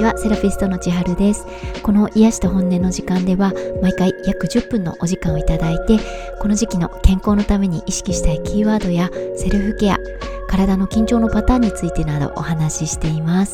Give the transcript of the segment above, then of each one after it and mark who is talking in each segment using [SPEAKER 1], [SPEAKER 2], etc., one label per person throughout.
[SPEAKER 1] ちは、セラピストの千春です。この癒しと本音の時間では毎回約10分のお時間をいただいて、この時期の健康のために意識したいキーワードやセルフケア、体の緊張のパターンについてなどお話ししています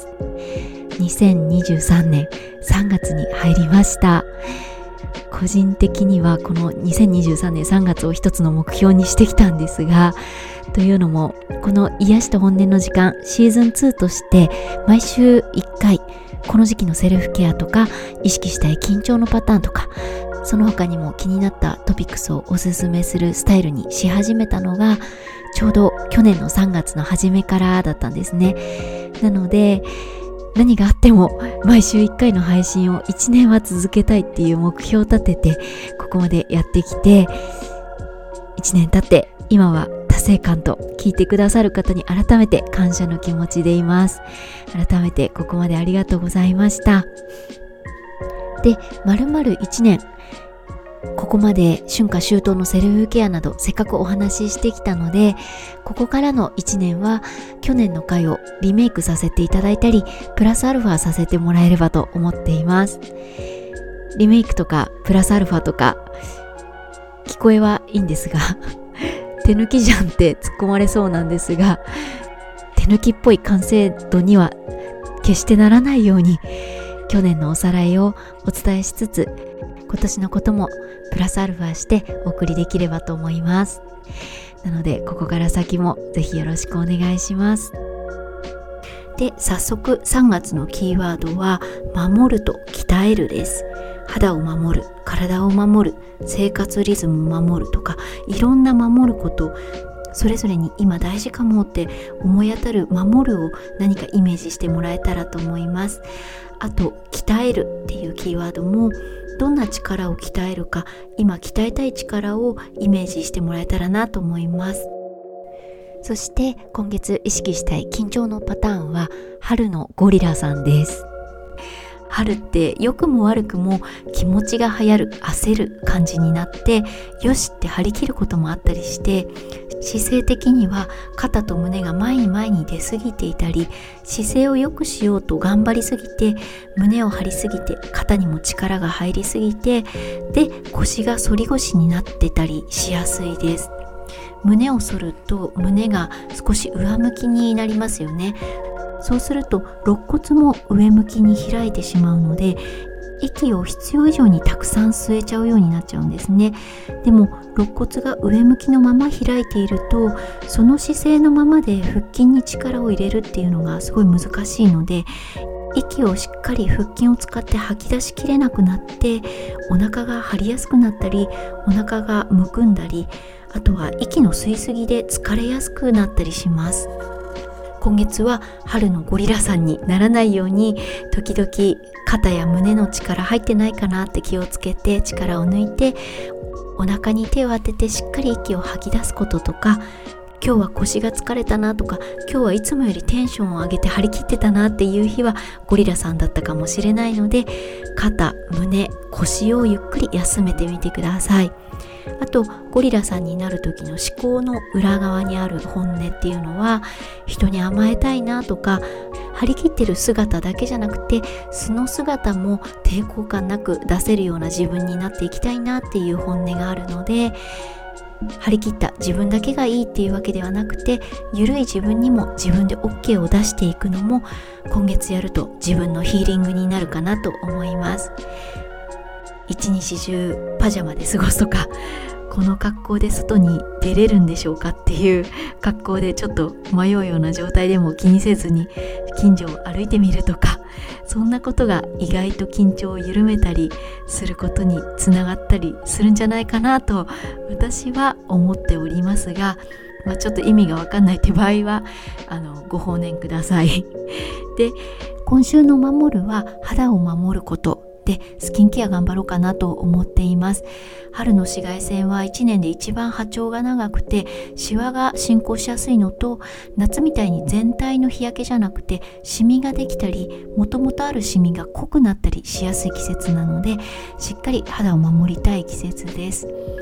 [SPEAKER 1] 。2023年3月に入りました。個人的にはこの2023年3月を一つの目標にしてきたんですが、というのもこの癒しと本音の時間シーズン2として毎週1回この時期のセルフケアとか意識したい緊張のパターンとか、その他にも気になったトピックスをおすすめするスタイルにし始めたのがちょうど去年の3月の初めからだったんですね。なので何があっても毎週1回の配信を1年は続けたいっていう目標を立ててここまでやってきて、1年経って今は達成感と聞いてくださる方に改めて感謝の気持ちでいます。改めてここまでありがとうございました。で、丸々1年ここまで春夏秋冬のセルフケアなどせっかくお話ししてきたので、ここからの1年は去年の回をリメイクさせていただいたりプラスアルファさせてもらえればと思っています。リメイクとかプラスアルファとか聞こえはいいんですが手抜きじゃんって突っ込まれそうなんですが、手抜きっぽい完成度には決してならないように去年のおさらいをお伝えしつつ、今年のこともプラスアルファしてお送りできればと思います。なのでここから先もぜひよろしくお願いします。で、早速3月のキーワードは守ると鍛えるです。肌を守る、体を守る、生活リズムを守るとか、いろんな守ることそれぞれに今大事かもって思い当たる守るを何かイメージしてもらえたらと思います。あと鍛えるっていうキーワードもどんな力を鍛えるか、今鍛えたい力をイメージしてもらえたらなと思います。そして今月意識したい緊張のパターンは春のゴリラさんです。春って良くも悪くも気持ちが流行る、焦る感じになってよしって張り切ることもあったりして、姿勢的には肩と胸が前に前に出過ぎていたり、姿勢を良くしようと頑張りすぎて胸を張りすぎて肩にも力が入りすぎて、で腰が反り腰になってたりしやすいです。胸を反ると胸が少し上向きになりますよね。そうすると肋骨も上向きに開いてしまうので、息を必要以上にたくさん吸えちゃうようになっちゃうんですね。でも肋骨が上向きのまま開いていると、その姿勢のままで腹筋に力を入れるっていうのがすごい難しいので、息をしっかり腹筋を使って吐き出しきれなくなってお腹が張りやすくなったり、お腹がむくんだり、あとは息の吸いすぎで疲れやすくなったりします。今月は春のゴリラさんにならないように、時々肩や胸の力入ってないかなって気をつけて力を抜いて、お腹に手を当ててしっかり息を吐き出すこととか、今日は腰が疲れたなとか、今日はいつもよりテンションを上げて張り切ってたなっていう日はゴリラさんだったかもしれないので、肩、胸、腰をゆっくり休めてみてください。あとゴリラさんになる時の思考の裏側にある本音っていうのは、人に甘えたいなとか、張り切ってる姿だけじゃなくて素の姿も抵抗感なく出せるような自分になっていきたいなっていう本音があるので、張り切った自分だけがいいっていうわけではなくて、ゆるい自分にも自分で OK を出していくのも今月やると自分のヒーリングになるかなと思います。一日中パジャマで過ごすとか、この格好で外に出れるんでしょうかっていう格好でちょっと迷うような状態でも気にせずに近所を歩いてみるとか、そんなことが意外と緊張を緩めたりすることにつながったりするんじゃないかなと私は思っておりますが、ちょっと意味がわかんないって場合はご放念ください。で、今週の守るは肌を守ることで、スキンケア頑張ろうかなと思っています。春の紫外線は1年で一番波長が長くてシワが進行しやすいのと、夏みたいに全体の日焼けじゃなくてシミができたり、もともとあるシミが濃くなったりしやすい季節なので、しっかり肌を守りたい季節です。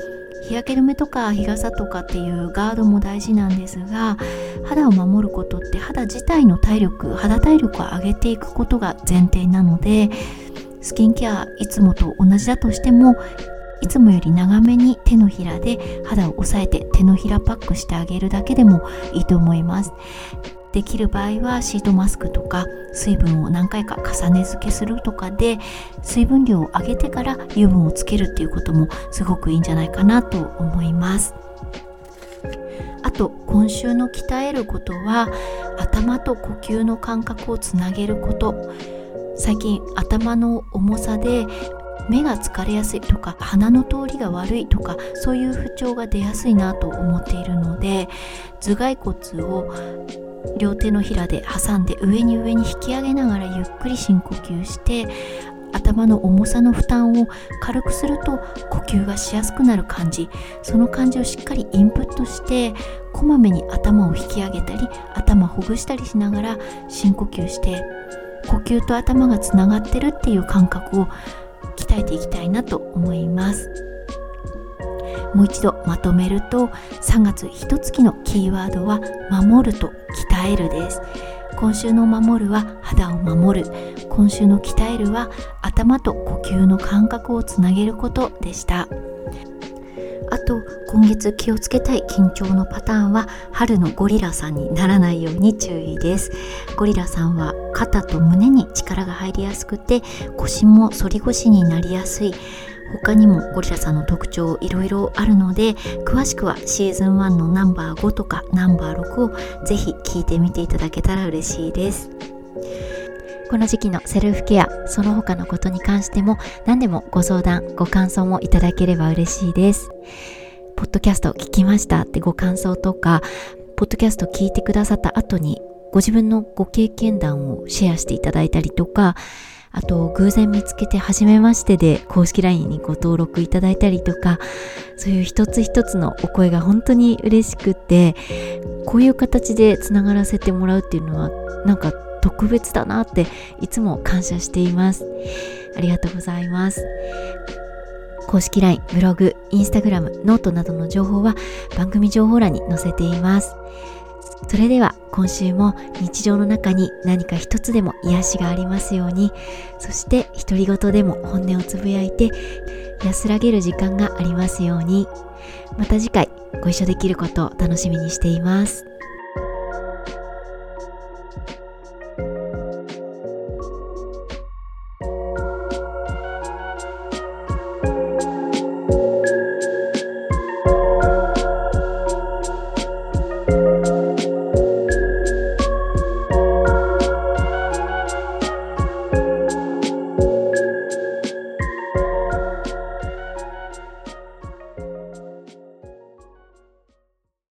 [SPEAKER 1] 日焼け止めとか日傘とかっていうガードも大事なんですが、肌を守ることって肌自体の肌体力を上げていくことが前提なので、スキンケアいつもと同じだとしても、いつもより長めに手のひらで肌を押さえて手のひらパックしてあげるだけでもいいと思います。できる場合はシートマスクとか水分を何回か重ね付けするとかで水分量を上げてから油分をつけるっていうこともすごくいいんじゃないかなと思います。あと今週の鍛えることは、頭と呼吸の感覚をつなげること。最近頭の重さで目が疲れやすいとか鼻の通りが悪いとか、そういう不調が出やすいなと思っているので、頭蓋骨を両手のひらで挟んで上に引き上げながらゆっくり深呼吸して、頭の重さの負担を軽くすると呼吸がしやすくなる感じ、その感じをしっかりインプットして、こまめに頭を引き上げたり頭ほぐしたりしながら深呼吸して、呼吸と頭がつながってるっていう感覚を鍛えていきたいなと思います。もう一度まとめると、3月1月のキーワードは守ると鍛えるです。今週の守るは肌を守る、今週の鍛えるは頭と呼吸の感覚をつなげることでした。あと今月気をつけたい緊張のパターンは、春のゴリラさんにならないように注意です。ゴリラさんは肩と胸に力が入りやすくて、腰も反り腰になりやすい。他にもゴリラさんの特徴いろいろあるので、詳しくはシーズン1のナンバー5とかナンバー6をぜひ聞いてみていただけたら嬉しいです。この時期のセルフケア、その他のことに関しても何でもご相談ご感想もいただければ嬉しいです。ポッドキャスト聞きましたってご感想とか、ポッドキャスト聞いてくださった後にご自分のご経験談をシェアしていただいたりとか、あと偶然見つけて初めましてで公式 LINE にご登録いただいたりとか、そういう一つ一つのお声が本当に嬉しくて、こういう形でつながらせてもらうっていうのはなんか特別だなっていつも感謝しています。ありがとうございます。公式 LINE、ブログ、インスタグラム、ノートなどの情報は番組情報欄に載せています。それでは今週も日常の中に何か一つでも癒しがありますように、そして独り言でも本音をつぶやいて安らげる時間がありますように。また次回ご一緒できることを楽しみにしています。